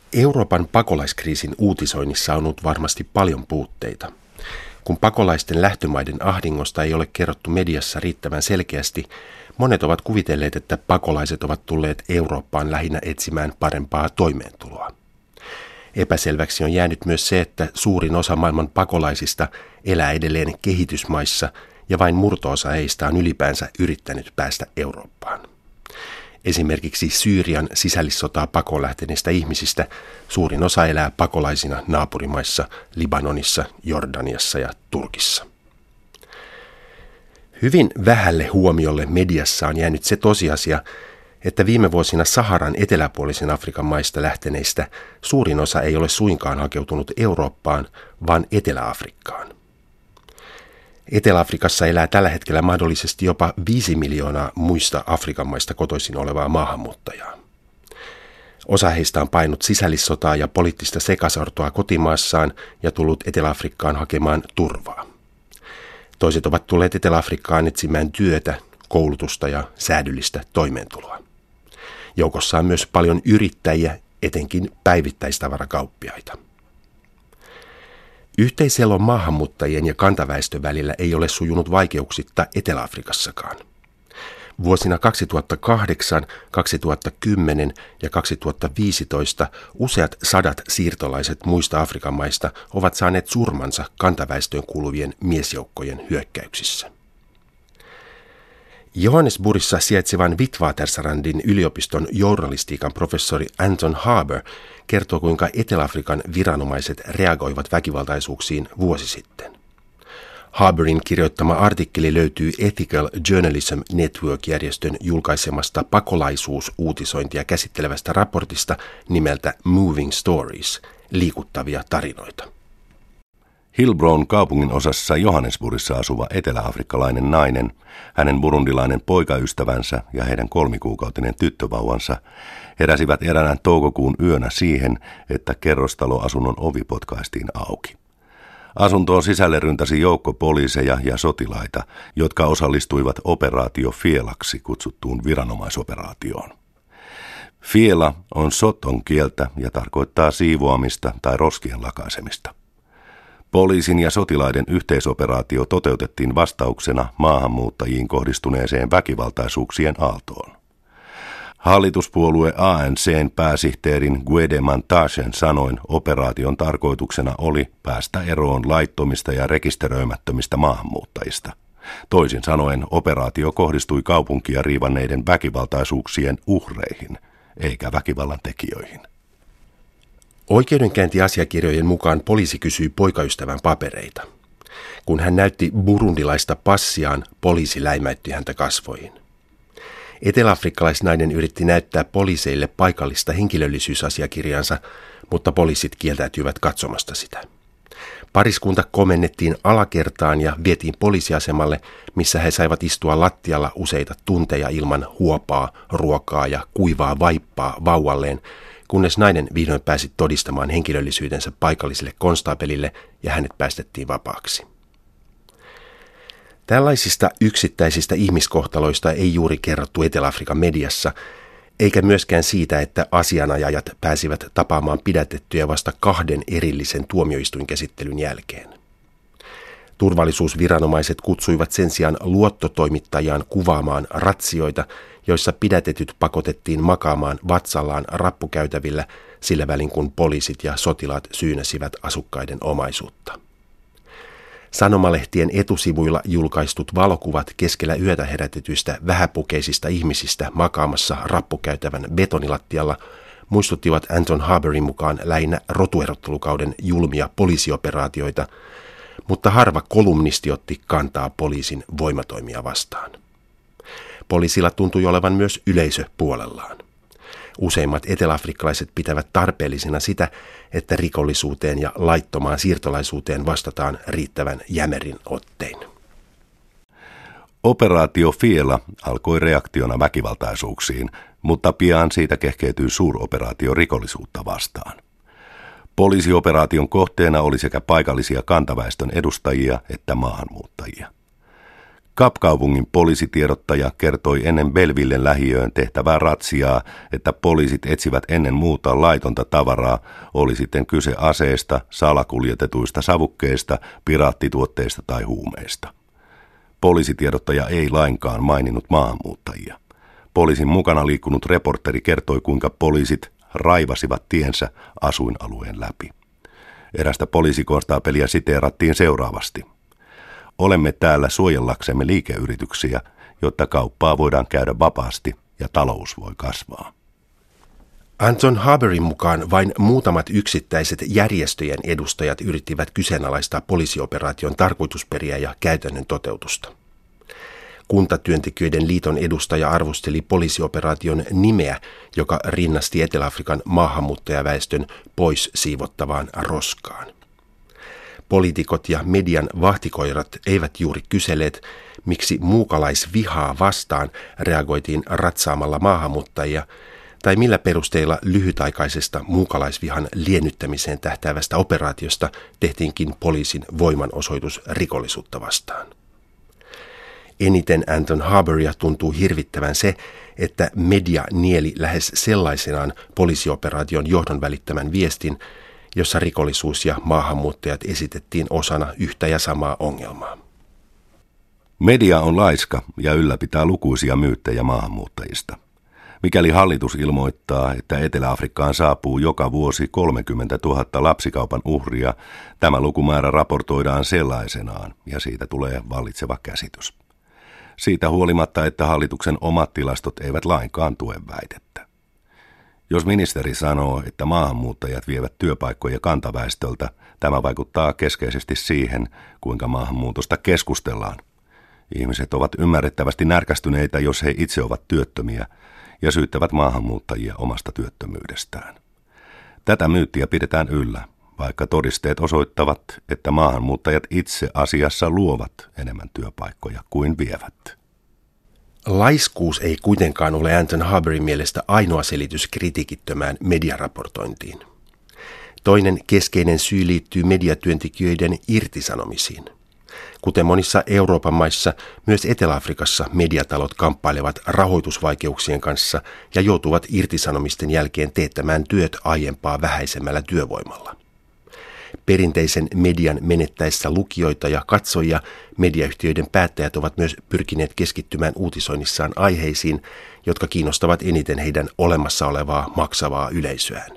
Euroopan pakolaiskriisin uutisoinnissa on ollut varmasti paljon puutteita. Kun pakolaisten lähtömaiden ahdingosta ei ole kerrottu mediassa riittävän selkeästi, monet ovat kuvitelleet, että pakolaiset ovat tulleet Eurooppaan lähinnä etsimään parempaa toimeentuloa. Epäselväksi on jäänyt myös se, että suurin osa maailman pakolaisista elää edelleen kehitysmaissa ja vain murto-osa heistä on ylipäänsä yrittänyt päästä Eurooppaan. Esimerkiksi Syyrian sisällissotaa pakoon lähteneistä ihmisistä suurin osa elää pakolaisina naapurimaissa Libanonissa, Jordaniassa ja Turkissa. Hyvin vähälle huomiolle mediassa on jäänyt se tosiasia, että viime vuosina Saharan eteläpuolisen Afrikan maista lähteneistä suurin osa ei ole suinkaan hakeutunut Eurooppaan, vaan Etelä-Afrikkaan. Etelä-Afrikassa elää tällä hetkellä mahdollisesti jopa 5 miljoonaa muista Afrikan maista kotoisin olevaa maahanmuuttajaa. Osa heistä on painut sisällissotaa ja poliittista sekasortoa kotimaassaan ja tullut Etelä-Afrikkaan hakemaan turvaa. Toiset ovat tulleet Etelä-Afrikkaan etsimään työtä, koulutusta ja säädyllistä toimeentuloa. Joukossa on myös paljon yrittäjiä, etenkin päivittäistavarakauppiaita. Yhteiselo maahanmuuttajien ja kantaväestön välillä ei ole sujunut vaikeuksitta Etelä-Afrikassakaan. Vuosina 2008, 2010 ja 2015 useat sadat siirtolaiset muista Afrikan maista ovat saaneet surmansa kantaväestöön kuuluvien miesjoukkojen hyökkäyksissä. Johannesburgissa sijaitsevan Witwatersrandin yliopiston journalistiikan professori Anton Harber kertoo, kuinka Etelä-Afrikan viranomaiset reagoivat väkivaltaisuuksiin vuosi sitten. Harberin kirjoittama artikkeli löytyy Ethical Journalism Network-järjestön julkaisemasta pakolaisuusuutisointia käsittelevästä raportista nimeltä Moving Stories, liikuttavia tarinoita. Hillbrown kaupungin osassa Johannesburgissa asuva eteläafrikkalainen nainen, hänen burundilainen poikaystävänsä ja heidän 3-kuukautinen tyttövauvansa heräsivät eräänä toukokuun yönä siihen, että kerrostaloasunnon ovi potkaistiin auki. Asuntoon sisälle ryntäsi joukko poliiseja ja sotilaita, jotka osallistuivat operaatio Fielaksi kutsuttuun viranomaisoperaatioon. Fiela on soton kieltä ja tarkoittaa siivoamista tai roskien lakaisemista. Poliisin ja sotilaiden yhteisoperaatio toteutettiin vastauksena maahanmuuttajiin kohdistuneeseen väkivaltaisuuksien aaltoon. Hallituspuolue ANC:n pääsihteerin Gwede Mantashen sanoin operaation tarkoituksena oli päästä eroon laittomista ja rekisteröimättömistä maahanmuuttajista. Toisin sanoen operaatio kohdistui kaupunkia riivanneiden väkivaltaisuuksien uhreihin, eikä väkivallan tekijöihin. Oikeudenkäyntiasiakirjojen mukaan poliisi kysyi poikaystävän papereita. Kun hän näytti burundilaista passiaan, poliisi läimäytti häntä kasvoihin. Eteläafrikkalaisnainen yritti näyttää poliiseille paikallista henkilöllisyysasiakirjansa, mutta poliisit kieltäytyivät katsomasta sitä. Pariskunta komennettiin alakertaan ja vietiin poliisiasemalle, missä he saivat istua lattialla useita tunteja ilman huopaa, ruokaa ja kuivaa vaippaa vauvalleen, kunnes nainen vihdoin pääsi todistamaan henkilöllisyytensä paikalliselle konstaapelille ja hänet päästettiin vapaaksi. Tällaisista yksittäisistä ihmiskohtaloista ei juuri kerrottu Etelä-Afrikan mediassa, eikä myöskään siitä, että asianajajat pääsivät tapaamaan pidätettyjä vasta 2 erillisen tuomioistuinkäsittelyn jälkeen. Turvallisuusviranomaiset kutsuivat sen sijaan luottotoimittajaan kuvaamaan ratsioita, joissa pidätetyt pakotettiin makaamaan vatsallaan rappukäytävillä sillä välin, kun poliisit ja sotilaat syynäsivät asukkaiden omaisuutta. Sanomalehtien etusivuilla julkaistut valokuvat keskellä yötä herätetyistä vähäpukeisista ihmisistä makaamassa rappukäytävän betonilattialla muistuttivat Anton Harberin mukaan lähinnä rotuerottelukauden julmia poliisioperaatioita, mutta harva kolumnisti otti kantaa poliisin voimatoimia vastaan. Poliisilla tuntui olevan myös yleisö puolellaan. Useimmat eteläafrikkalaiset pitävät tarpeellisena sitä, että rikollisuuteen ja laittomaan siirtolaisuuteen vastataan riittävän jämerin ottein. Operaatio Fiela alkoi reaktiona väkivaltaisuuksiin, mutta pian siitä kehkeytyi suuroperaatio rikollisuutta vastaan. Poliisioperaation kohteena oli sekä paikallisia kantaväestön edustajia että maahanmuuttajia. Kapkaupungin poliisitiedottaja kertoi ennen Bellevillen lähiöön tehtävää ratsiaa, että poliisit etsivät ennen muuta laitonta tavaraa, oli sitten kyse aseista, salakuljetetuista savukkeista, piraattituotteista tai huumeista. Poliisitiedottaja ei lainkaan maininnut maahanmuuttajia. Poliisin mukana liikkunut reporteri kertoi, kuinka poliisit raivasivat tiensä asuinalueen läpi. Erästä poliisikonstaapelia siteerattiin seuraavasti. Olemme täällä suojellaksemme liikeyrityksiä, jotta kauppaa voidaan käydä vapaasti ja talous voi kasvaa. Anton Haberin mukaan vain muutamat yksittäiset järjestöjen edustajat yrittivät kyseenalaistaa poliisioperaation tarkoitusperiä ja käytännön toteutusta. Kuntatyöntekijöiden liiton edustaja arvosteli poliisioperaation nimeä, joka rinnasti Etelä-Afrikan maahanmuuttajaväestön pois siivottavaan roskaan. Poliitikot ja median vahtikoirat eivät juuri kyselleet, miksi muukalaisvihaa vastaan reagoitiin ratsaamalla maahanmuuttajia, tai millä perusteilla lyhytaikaisesta muukalaisvihan liennyttämiseen tähtäävästä operaatiosta tehtiinkin poliisin voimanosoitus rikollisuutta vastaan. Eniten Anton Haberia tuntuu hirvittävän se, että media nieli lähes sellaisenaan poliisioperaation johdon välittämän viestin, jossa rikollisuus ja maahanmuuttajat esitettiin osana yhtä ja samaa ongelmaa. Media on laiska ja ylläpitää lukuisia myyttejä maahanmuuttajista. Mikäli hallitus ilmoittaa, että Etelä-Afrikkaan saapuu joka vuosi 30 000 lapsikaupan uhria, tämä lukumäärä raportoidaan sellaisenaan ja siitä tulee vallitseva käsitys. Siitä huolimatta, että hallituksen omat tilastot eivät lainkaan tue väitettä. Jos ministeri sanoo, että maahanmuuttajat vievät työpaikkoja kantaväestöltä, tämä vaikuttaa keskeisesti siihen, kuinka maahanmuutosta keskustellaan. Ihmiset ovat ymmärrettävästi närkästyneitä, jos he itse ovat työttömiä, ja syyttävät maahanmuuttajia omasta työttömyydestään. Tätä myyttiä pidetään yllä, vaikka todisteet osoittavat, että maahanmuuttajat itse asiassa luovat enemmän työpaikkoja kuin vievät. Laiskuus ei kuitenkaan ole Anton Haberin mielestä ainoa selitys kritiikittömään mediaraportointiin. Toinen keskeinen syy liittyy mediatyöntekijöiden irtisanomisiin. Kuten monissa Euroopan maissa, myös Etelä-Afrikassa mediatalot kamppailevat rahoitusvaikeuksien kanssa ja joutuvat irtisanomisten jälkeen teettämään työt aiempaa vähäisemmällä työvoimalla. Perinteisen median menettäessä lukijoita ja katsojia, mediayhtiöiden päättäjät ovat myös pyrkineet keskittymään uutisoinnissaan aiheisiin, jotka kiinnostavat eniten heidän olemassa olevaa maksavaa yleisöään.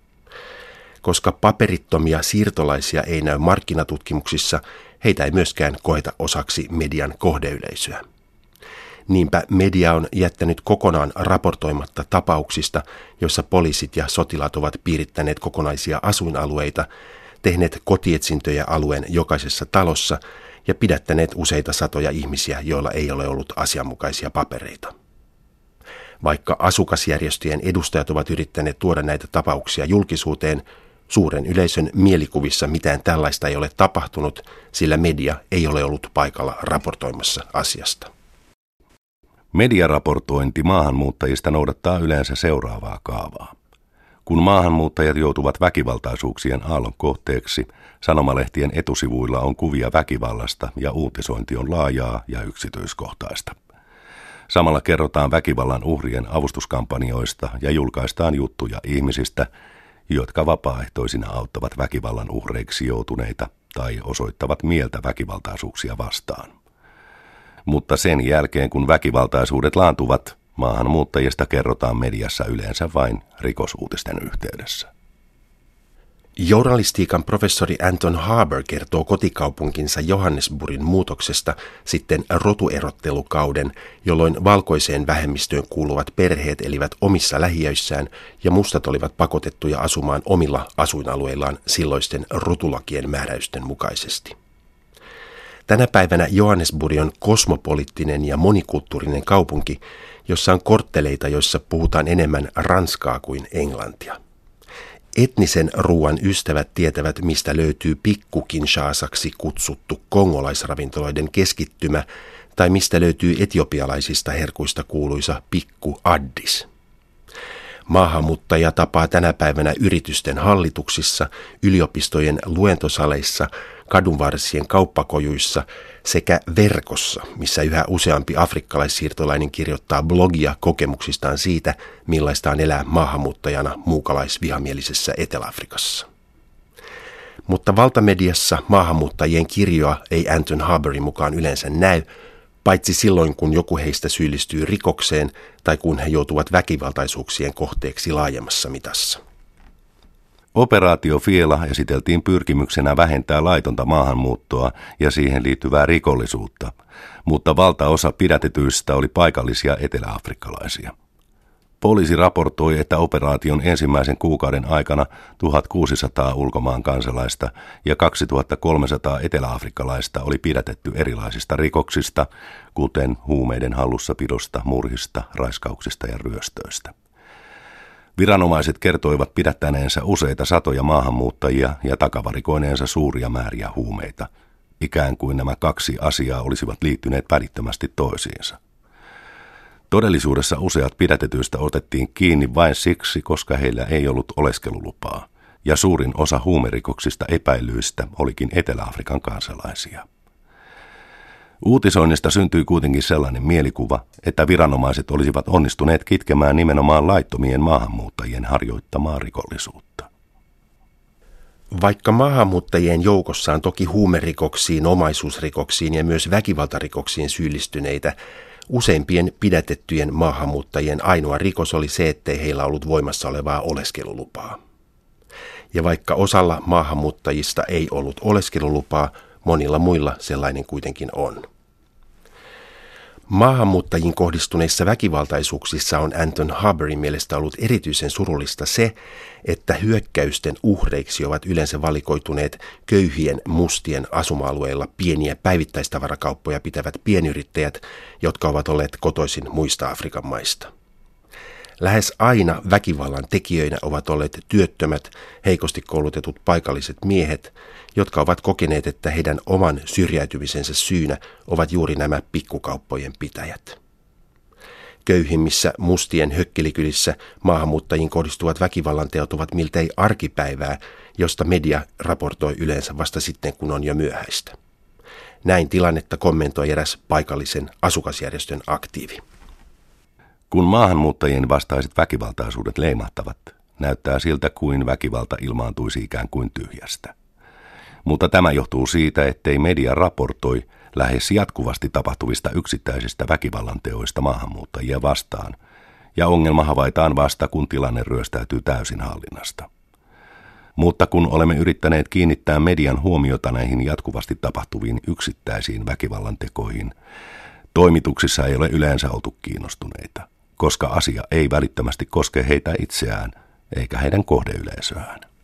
Koska paperittomia siirtolaisia ei näy markkinatutkimuksissa, heitä ei myöskään koeta osaksi median kohdeyleisöä. Niinpä media on jättänyt kokonaan raportoimatta tapauksista, joissa poliisit ja sotilaat ovat piirittäneet kokonaisia asuinalueita, tehneet kotietsintöjä alueen jokaisessa talossa ja pidättäneet useita satoja ihmisiä, joilla ei ole ollut asianmukaisia papereita. Vaikka asukasjärjestöjen edustajat ovat yrittäneet tuoda näitä tapauksia julkisuuteen, suuren yleisön mielikuvissa mitään tällaista ei ole tapahtunut, sillä media ei ole ollut paikalla raportoimassa asiasta. Mediaraportointi maahanmuuttajista noudattaa yleensä seuraavaa kaavaa. Kun maahanmuuttajat joutuvat väkivaltaisuuksien aallon kohteeksi, sanomalehtien etusivuilla on kuvia väkivallasta ja uutisointi on laajaa ja yksityiskohtaista. Samalla kerrotaan väkivallan uhrien avustuskampanjoista ja julkaistaan juttuja ihmisistä, jotka vapaaehtoisina auttavat väkivallan uhreiksi joutuneita tai osoittavat mieltä väkivaltaisuuksia vastaan. Mutta sen jälkeen, kun väkivaltaisuudet laantuvat, maahanmuuttajista kerrotaan mediassa yleensä vain rikosuutisten yhteydessä. Journalistiikan professori Anton Haber kertoo kotikaupunkinsa Johannesburgin muutoksesta sitten rotuerottelukauden, jolloin valkoiseen vähemmistöön kuuluvat perheet elivät omissa lähiöissään ja mustat olivat pakotettuja asumaan omilla asuinalueillaan silloisten rotulakien määräysten mukaisesti. Tänä päivänä Johannesburg on kosmopoliittinen ja monikulttuurinen kaupunki, jossa on kortteleita, joissa puhutaan enemmän ranskaa kuin englantia. Etnisen ruoan ystävät tietävät, mistä löytyy pikku Kinshasaksi kutsuttu kongolaisravintoloiden keskittymä tai mistä löytyy etiopialaisista herkuista kuuluisa pikku Addis. Maahanmuuttaja tapaa tänä päivänä yritysten hallituksissa, yliopistojen luentosaleissa, kadunvarsien kauppakojuissa sekä verkossa, missä yhä useampi afrikkalaissiirtolainen kirjoittaa blogia kokemuksistaan siitä, millaista on elää maahanmuuttajana muukalaisvihamielisessä Etelä-Afrikassa. Mutta valtamediassa maahanmuuttajien kirjoa ei Anton Haberin mukaan yleensä näy, paitsi silloin kun joku heistä syyllistyy rikokseen tai kun he joutuvat väkivaltaisuuksien kohteeksi laajemmassa mitassa. Operaatio Fiela esiteltiin pyrkimyksenä vähentää laitonta maahanmuuttoa ja siihen liittyvää rikollisuutta, mutta valtaosa pidätetyistä oli paikallisia eteläafrikkalaisia. Poliisi raportoi, että operaation ensimmäisen kuukauden aikana 1600 ulkomaan kansalaista ja 2300 eteläafrikkalaista oli pidätetty erilaisista rikoksista, kuten huumeiden hallussapidosta, murhista, raiskauksista ja ryöstöistä. Viranomaiset kertoivat pidättäneensä useita satoja maahanmuuttajia ja takavarikoineensa suuria määriä huumeita, ikään kuin nämä kaksi asiaa olisivat liittyneet välittömästi toisiinsa. Todellisuudessa useat pidätetyistä otettiin kiinni vain siksi, koska heillä ei ollut oleskelulupaa, ja suurin osa huumerikoksista epäilyistä olikin Etelä-Afrikan kansalaisia. Uutisoinnista syntyi kuitenkin sellainen mielikuva, että viranomaiset olisivat onnistuneet kitkemään nimenomaan laittomien maahanmuuttajien harjoittamaa rikollisuutta. Vaikka maahanmuuttajien joukossa on toki huumerikoksiin, omaisuusrikoksiin ja myös väkivaltarikoksiin syyllistyneitä, useimpien pidätettyjen maahanmuuttajien ainoa rikos oli se, ettei heillä ollut voimassa olevaa oleskelulupaa. Ja vaikka osalla maahanmuuttajista ei ollut oleskelulupaa, monilla muilla sellainen kuitenkin on. Maahanmuuttajiin kohdistuneissa väkivaltaisuuksissa on Anton Haberin mielestä ollut erityisen surullista se, että hyökkäysten uhreiksi ovat yleensä valikoituneet köyhien mustien asuma-alueilla pieniä päivittäistavarakauppoja pitävät pienyrittäjät, jotka ovat olleet kotoisin muista Afrikan maista. Lähes aina väkivallan tekijöinä ovat olleet työttömät, heikosti koulutetut paikalliset miehet, jotka ovat kokeneet, että heidän oman syrjäytymisensä syynä ovat juuri nämä pikkukauppojen pitäjät. Köyhimmissä mustien hökkelikylissä maahanmuuttajiin kohdistuvat väkivallanteot ovat miltei arkipäivää, josta media raportoi yleensä vasta sitten, kun on jo myöhäistä. Näin tilannetta kommentoi eräs paikallisen asukasjärjestön aktiivi. Kun maahanmuuttajien vastaiset väkivaltaisuudet leimahtavat, näyttää siltä kuin väkivalta ilmaantuisi ikään kuin tyhjästä. Mutta tämä johtuu siitä, ettei media raportoi lähes jatkuvasti tapahtuvista yksittäisistä väkivallanteoista maahanmuuttajia vastaan, ja ongelma havaitaan vasta, kun tilanne ryöstäytyy täysin hallinnasta. Mutta kun olemme yrittäneet kiinnittää median huomiota näihin jatkuvasti tapahtuviin yksittäisiin väkivallantekoihin, toimituksissa ei ole yleensä oltu kiinnostuneita, koska asia ei välittömästi koske heitä itseään eikä heidän kohdeyleisöään.